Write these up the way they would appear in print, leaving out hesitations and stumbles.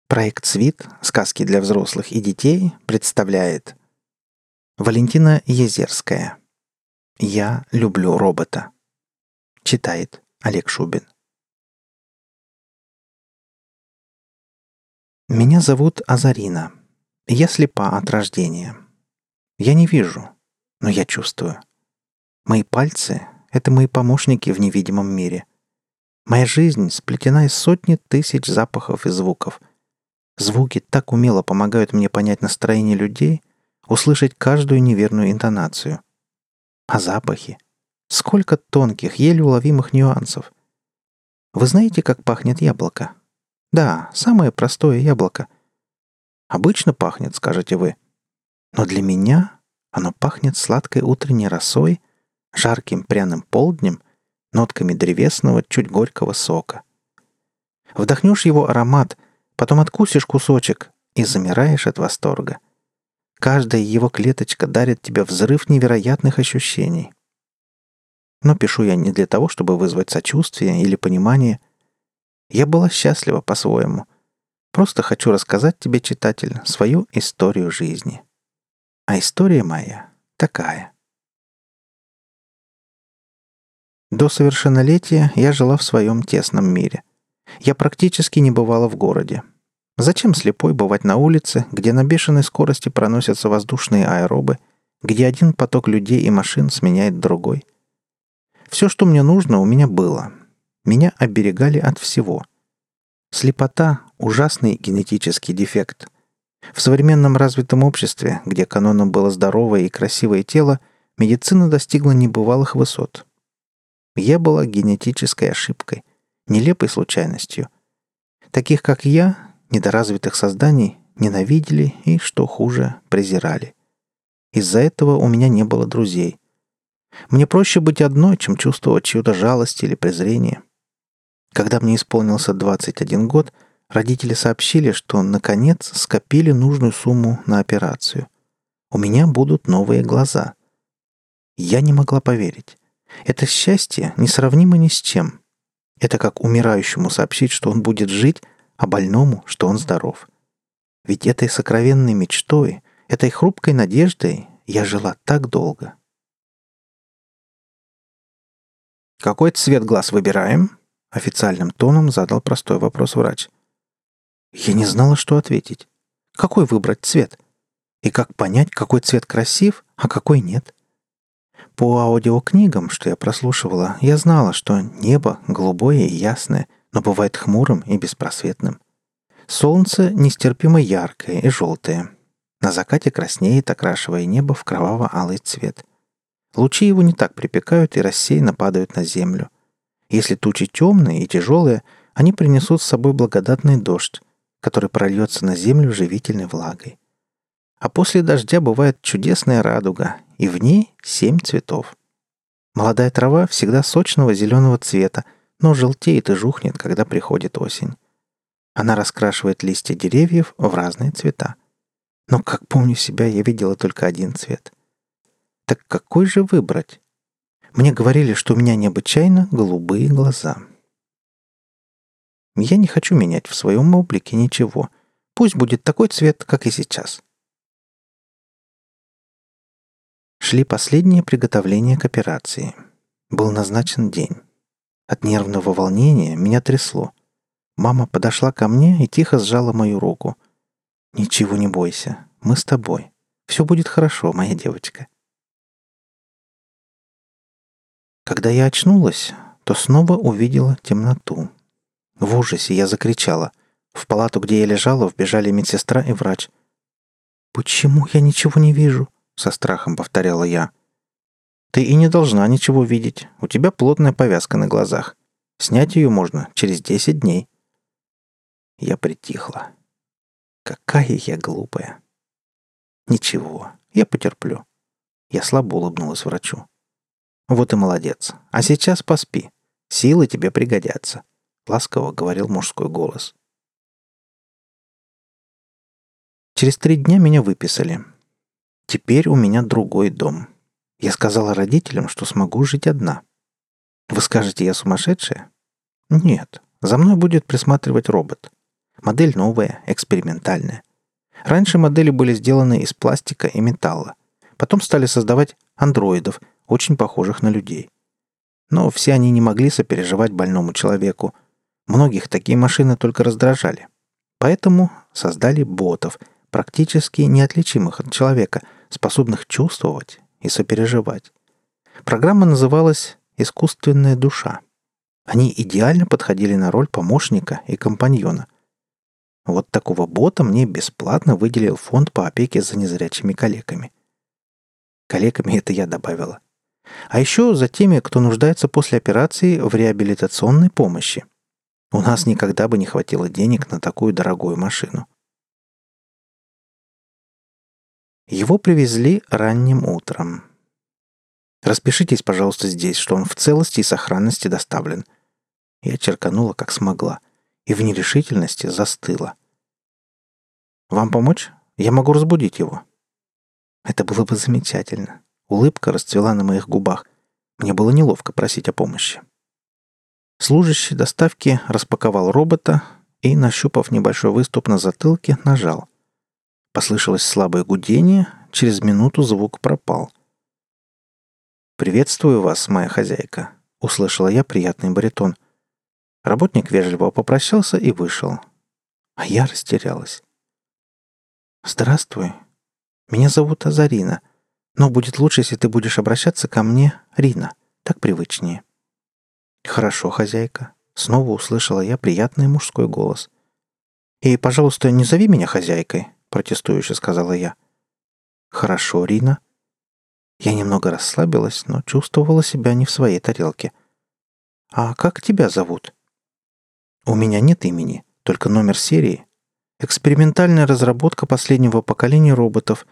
Проект «Свит. Сказки для взрослых и детей» представляет Валентина Езерская. «Я люблю робота». Читает Олег Шубин. Меня зовут Азарина. Я слепа от рождения. Я не вижу, но я чувствую. Мои пальцы — это мои помощники в невидимом мире. Моя жизнь сплетена из сотни тысяч запахов и звуков. Звуки так умело помогают мне понять настроение людей, услышать каждую неверную интонацию. А запахи? Сколько тонких, еле уловимых нюансов. Вы знаете, как пахнет яблоко? Да, самое простое яблоко. Обычно пахнет, скажете вы. Но для меня оно пахнет сладкой утренней росой, жарким пряным полднем, нотками древесного, чуть горького сока. Вдохнешь его аромат, потом откусишь кусочек и замираешь от восторга. Каждая его клеточка дарит тебе взрыв невероятных ощущений. Но пишу я не для того, чтобы вызвать сочувствие или понимание. Я была счастлива по-своему. Просто хочу рассказать тебе, читатель, свою историю жизни. А история моя такая. До совершеннолетия я жила в своем тесном мире. Я практически не бывала в городе. Зачем слепой бывать на улице, где на бешеной скорости проносятся воздушные аэробы, где один поток людей и машин сменяет другой? Все, что мне нужно, у меня было. Меня оберегали от всего. Слепота – ужасный генетический дефект. В современном развитом обществе, где каноном было здоровое и красивое тело, медицина достигла небывалых высот. Я была генетической ошибкой, нелепой случайностью. Таких, как я, недоразвитых созданий, ненавидели и, что хуже, презирали. Из-за этого у меня не было друзей. Мне проще быть одной, чем чувствовать чью-то жалость или презрение. Когда мне исполнился 21 год, родители сообщили, что, наконец, скопили нужную сумму на операцию. У меня будут новые глаза. Я не могла поверить. Это счастье несравнимо ни с чем. Это как умирающему сообщить, что он будет жить, а больному, что он здоров. Ведь этой сокровенной мечтой, этой хрупкой надеждой я жила так долго. «Какой цвет глаз выбираем?» — официальным тоном задал простой вопрос врач. Я не знала, что ответить. Какой выбрать цвет? И как понять, какой цвет красив, а какой нет? По аудиокнигам, что я прослушивала, я знала, что небо голубое и ясное, но бывает хмурым и беспросветным. Солнце нестерпимо яркое и желтое. На закате краснеет, окрашивая небо в кроваво-алый цвет. Лучи его не так припекают и рассеянно падают на землю. Если тучи темные и тяжелые, они принесут с собой благодатный дождь, который прольется на землю живительной влагой. А после дождя бывает чудесная радуга, и в ней 7 цветов. Молодая трава всегда сочного зеленого цвета, но желтеет и жухнет, когда приходит осень. Она раскрашивает листья деревьев в разные цвета. Но, как помню себя, я видела только один цвет. Так какой же выбрать? Мне говорили, что у меня необычайно голубые глаза. Я не хочу менять в своем облике ничего. Пусть будет такой цвет, как и сейчас. Шли последние приготовления к операции. Был назначен день. От нервного волнения меня трясло. Мама подошла ко мне и тихо сжала мою руку. «Ничего не бойся, мы с тобой. Все будет хорошо, моя девочка». Когда я очнулась, то снова увидела темноту. В ужасе я закричала. В палату, где я лежала, вбежали медсестра и врач. «Почему я ничего не вижу?» — со страхом повторяла я. «Ты и не должна ничего видеть. У тебя плотная повязка на глазах. Снять ее можно через 10 дней». Я притихла. Какая я глупая. «Ничего, я потерплю». Я слабо улыбнулась врачу. «Вот и молодец. А сейчас поспи. Силы тебе пригодятся», — ласково говорил мужской голос. Через 3 дня меня выписали. Теперь у меня другой дом. Я сказала родителям, что смогу жить одна. Вы скажете, я сумасшедшая? Нет, за мной будет присматривать робот. Модель новая, экспериментальная. Раньше модели были сделаны из пластика и металла. Потом стали создавать андроидов, очень похожих на людей. Но все они не могли сопереживать больному человеку. Многих такие машины только раздражали. Поэтому создали ботов, практически неотличимых от человека, способных чувствовать и сопереживать. Программа называлась «Искусственная душа». Они идеально подходили на роль помощника и компаньона. Вот такого бота мне бесплатно выделил фонд по опеке за незрячими калеками. Калеками это я добавила. А еще за теми, кто нуждается после операции в реабилитационной помощи. У нас никогда бы не хватило денег на такую дорогую машину. Его привезли ранним утром. «Распишитесь, пожалуйста, здесь, что он в целости и сохранности доставлен». Я черканула, как смогла, и в нерешительности застыла. «Вам помочь? Я могу разбудить его». Это было бы замечательно. Улыбка расцвела на моих губах. Мне было неловко просить о помощи. Служащий доставки распаковал робота и, нащупав небольшой выступ на затылке, нажал. Послышалось слабое гудение, через минуту звук пропал. «Приветствую вас, моя хозяйка», — услышала я приятный баритон. Работник вежливо попрощался и вышел. А я растерялась. «Здравствуй. Меня зовут Азарина, но будет лучше, если ты будешь обращаться ко мне, Рина. Так привычнее». «Хорошо, хозяйка», — снова услышала я приятный мужской голос. «И, пожалуйста, не зови меня хозяйкой», — протестующе сказала я. «Хорошо, Рина». Я немного расслабилась, но чувствовала себя не в своей тарелке. «А как тебя зовут?» «У меня нет имени, только номер серии. Экспериментальная разработка последнего поколения роботов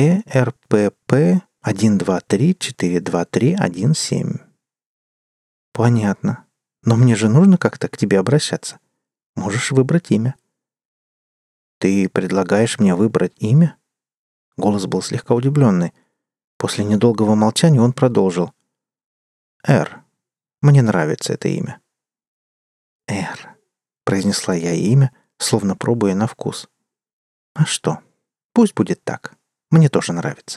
ERPP-123-423-17». «Понятно. Но мне же нужно как-то к тебе обращаться. Можешь выбрать имя». «Ты предлагаешь мне выбрать имя?» Голос был слегка удивленный. После недолгого молчания он продолжил. «Эр. Мне нравится это имя». «Эр», — произнесла я имя, словно пробуя на вкус. «А что? Пусть будет так. Мне тоже нравится».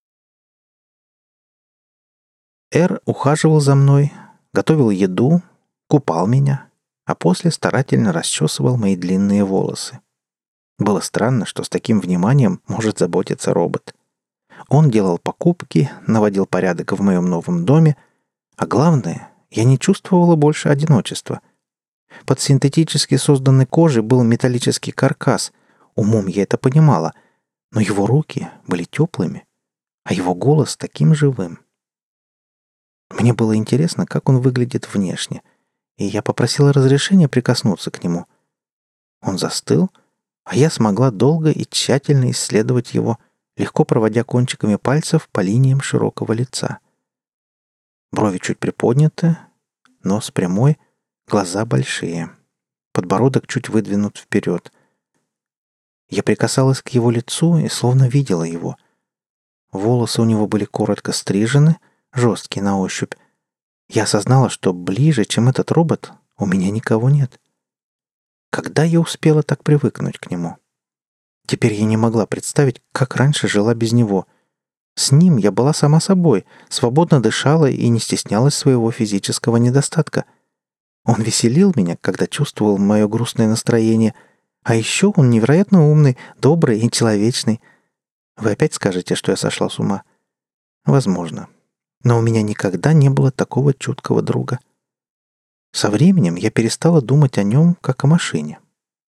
Эр ухаживал за мной, готовил еду, купал меня, а после старательно расчесывал мои длинные волосы. Было странно, что с таким вниманием может заботиться робот. Он делал покупки, наводил порядок в моем новом доме, а главное, я не чувствовала больше одиночества. Под синтетически созданной кожей был металлический каркас. Умом я это понимала, но его руки были теплыми, а его голос таким живым. Мне было интересно, как он выглядит внешне, и я попросила разрешения прикоснуться к нему. Он застыл, а я смогла долго и тщательно исследовать его, легко проводя кончиками пальцев по линиям широкого лица. Брови чуть приподняты, нос прямой, глаза большие, подбородок чуть выдвинут вперед. Я прикасалась к его лицу и словно видела его. Волосы у него были коротко стрижены, жесткие на ощупь. Я осознала, что ближе, чем этот робот, у меня никого нет. Когда я успела так привыкнуть к нему? Теперь я не могла представить, как раньше жила без него. С ним я была сама собой, свободно дышала и не стеснялась своего физического недостатка. Он веселил меня, когда чувствовал мое грустное настроение, а еще он невероятно умный, добрый и человечный. Вы опять скажете, что я сошла с ума? Возможно. Но у меня никогда не было такого чуткого друга. Со временем я перестала думать о нем, как о машине.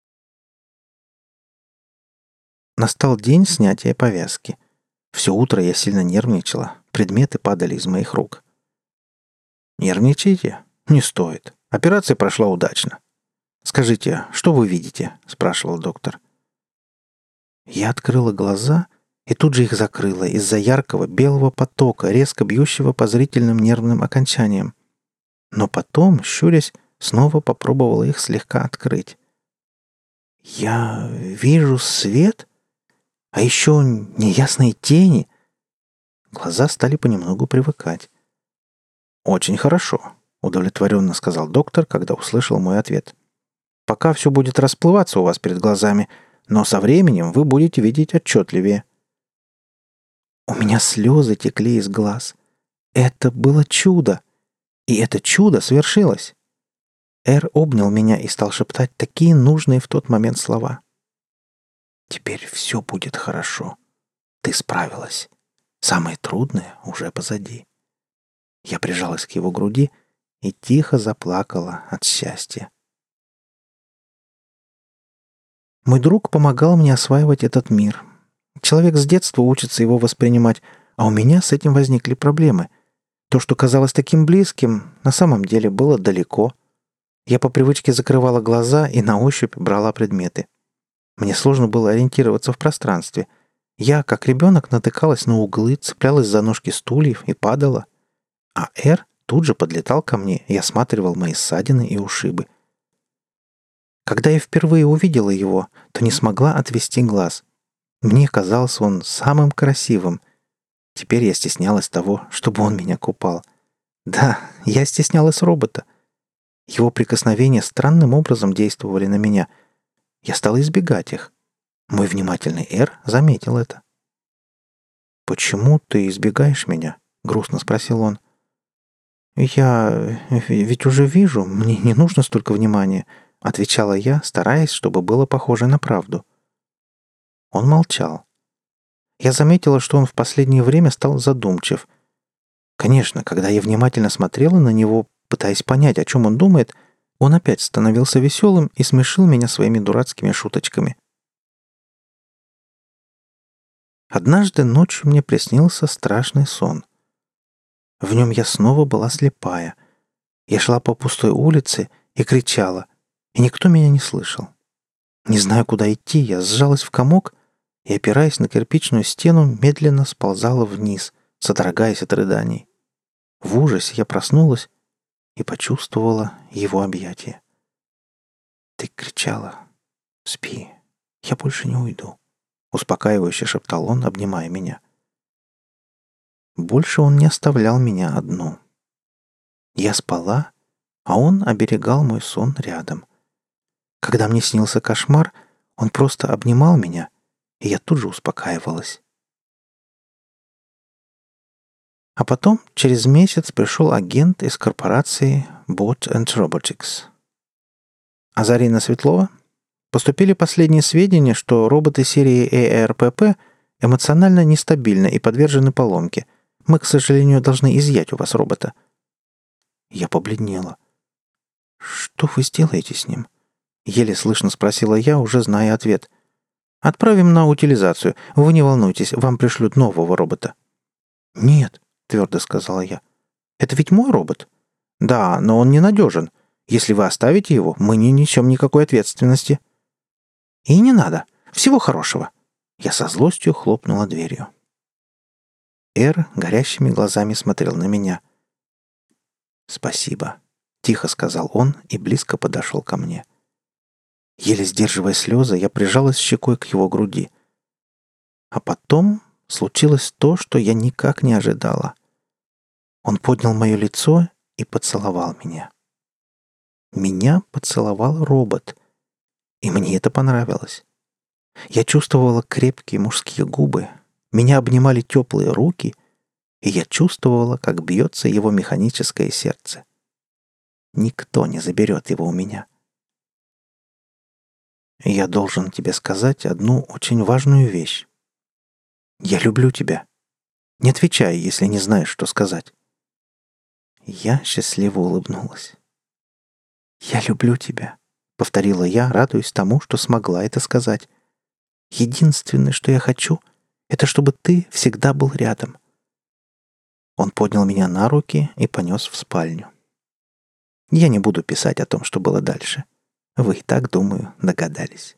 Настал день снятия повязки. Все утро я сильно нервничала, предметы падали из моих рук. «Нервничайте? Не стоит. Операция прошла удачно. Скажите, что вы видите?» – спрашивал доктор. Я открыла глаза и тут же их закрыла из-за яркого белого потока, резко бьющего по зрительным нервным окончаниям. Но потом, щурясь, снова попробовала их слегка открыть. «Я вижу свет? А еще неясные тени?» Глаза стали понемногу привыкать. «Очень хорошо», — удовлетворенно сказал доктор, когда услышал мой ответ. Пока все будет расплываться у вас перед глазами, но со временем вы будете видеть отчетливее». У меня слезы текли из глаз. Это было чудо. И это чудо свершилось. Эр обнял меня и стал шептать такие нужные в тот момент слова. «Теперь все будет хорошо. Ты справилась. Самое трудное уже позади». Я прижалась к его груди и тихо заплакала от счастья. Мой друг помогал мне осваивать этот мир. Человек с детства учится его воспринимать, а у меня с этим возникли проблемы. То, что казалось таким близким, на самом деле было далеко. Я по привычке закрывала глаза и на ощупь брала предметы. Мне сложно было ориентироваться в пространстве. Я, как ребенок, натыкалась на углы, цеплялась за ножки стульев и падала. А Эр тут же подлетал ко мне и осматривал мои ссадины и ушибы. Когда я впервые увидела его, то не смогла отвести глаз. Мне казался он самым красивым. Теперь я стеснялась того, чтобы он меня купал. Да, я стеснялась робота. Его прикосновения странным образом действовали на меня. Я стала избегать их. Мой внимательный Эр заметил это. «Почему ты избегаешь меня?» — грустно спросил он. «Я ведь уже вижу, мне не нужно столько внимания», — отвечала я, стараясь, чтобы было похоже на правду. Он молчал. Я заметила, что он в последнее время стал задумчив. Конечно, когда я внимательно смотрела на него, пытаясь понять, о чем он думает, он опять становился веселым и смешил меня своими дурацкими шуточками. Однажды ночью мне приснился страшный сон. В нем я снова была слепая. Я шла по пустой улице и кричала, и никто меня не слышал. Не зная, куда идти, я сжалась в комок и, опираясь на кирпичную стену, медленно сползала вниз, содрогаясь от рыданий. В ужасе я проснулась и почувствовала его объятие. «Ты кричала. Спи. Я больше не уйду», — успокаивающе шептал он, обнимая меня. Больше он не оставлял меня одну. Я спала, а он оберегал мой сон рядом. Когда мне снился кошмар, он просто обнимал меня, и я тут же успокаивалась. А потом, через месяц, пришел агент из корпорации Bot and Robotics. Азарина Светлова. Поступили последние сведения, что роботы серии ARPP эмоционально нестабильны и подвержены поломке. Мы, к сожалению, должны изъять у вас робота. Я побледнела. «Что вы сделаете с ним?» Еле слышно спросила я, уже зная ответ. «Отправим на утилизацию. Вы не волнуйтесь, вам пришлют нового робота». «Нет», — твердо сказала я. «Это ведь мой робот?» «Да, но он ненадежен. Если вы оставите его, мы не несем никакой ответственности». «И не надо. Всего хорошего». Я со злостью хлопнула дверью. Эр горящими глазами смотрел на меня. «Спасибо», — тихо сказал он и близко подошел ко мне. Еле сдерживая слезы, я прижалась щекой к его груди. А потом случилось то, что я никак не ожидала. Он поднял мое лицо и поцеловал меня. Меня поцеловал робот, и мне это понравилось. Я чувствовала крепкие мужские губы, меня обнимали теплые руки, и я чувствовала, как бьется его механическое сердце. Никто не заберет его у меня. Я должен тебе сказать одну очень важную вещь. Я люблю тебя. Не отвечай, если не знаешь, что сказать. Я счастливо улыбнулась. «Я люблю тебя», — повторила я, радуясь тому, что смогла это сказать. «Единственное, что я хочу, это чтобы ты всегда был рядом». Он поднял меня на руки и понес в спальню. Я не буду писать о том, что было дальше. Вы и так, думаю, догадались.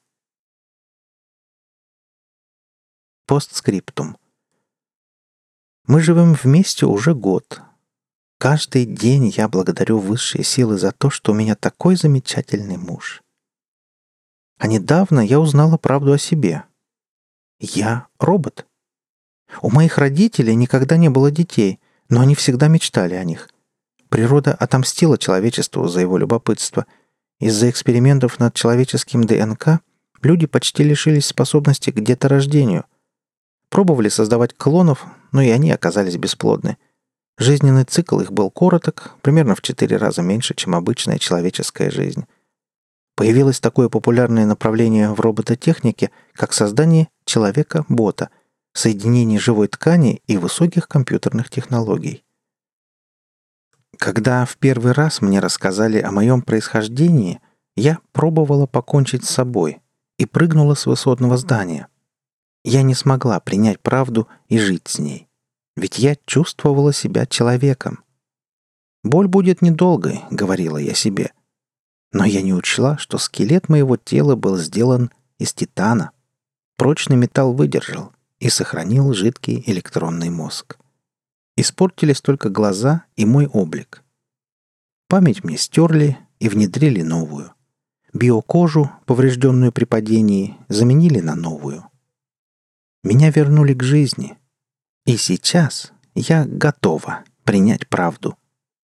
Постскриптум. Мы живем вместе уже год. Каждый день я благодарю высшие силы за то, что у меня такой замечательный муж. А недавно я узнала правду о себе. Я робот. У моих родителей никогда не было детей, но они всегда мечтали о них. Природа отомстила человечеству за его любопытство, Из-за экспериментов над человеческим ДНК люди почти лишились способности к деторождению. Пробовали создавать клонов, но и они оказались бесплодны. Жизненный цикл их был короток, примерно в 4 раза меньше, чем обычная человеческая жизнь. Появилось такое популярное направление в робототехнике, как создание человека-бота, соединение живой ткани и высоких компьютерных технологий. Когда в первый раз мне рассказали о моем происхождении, я пробовала покончить с собой и прыгнула с высотного здания. Я не смогла принять правду и жить с ней, ведь я чувствовала себя человеком. «Боль будет недолгой», — говорила я себе. Но я не учла, что скелет моего тела был сделан из титана. Прочный металл выдержал и сохранил жидкий электронный мозг. Испортились только глаза и мой облик. Память мне стерли и внедрили новую. Биокожу, поврежденную при падении, заменили на новую. Меня вернули к жизни. И сейчас я готова принять правду.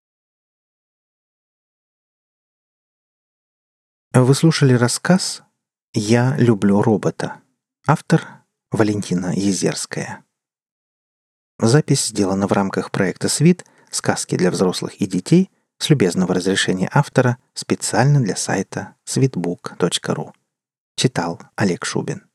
Вы слушали рассказ «Я люблю робота». Автор Валентина Езерская. Запись сделана в рамках проекта «Свит. Сказки для взрослых и детей» с любезного разрешения автора специально для сайта sweetbook.ru. Читал Олег Шубин.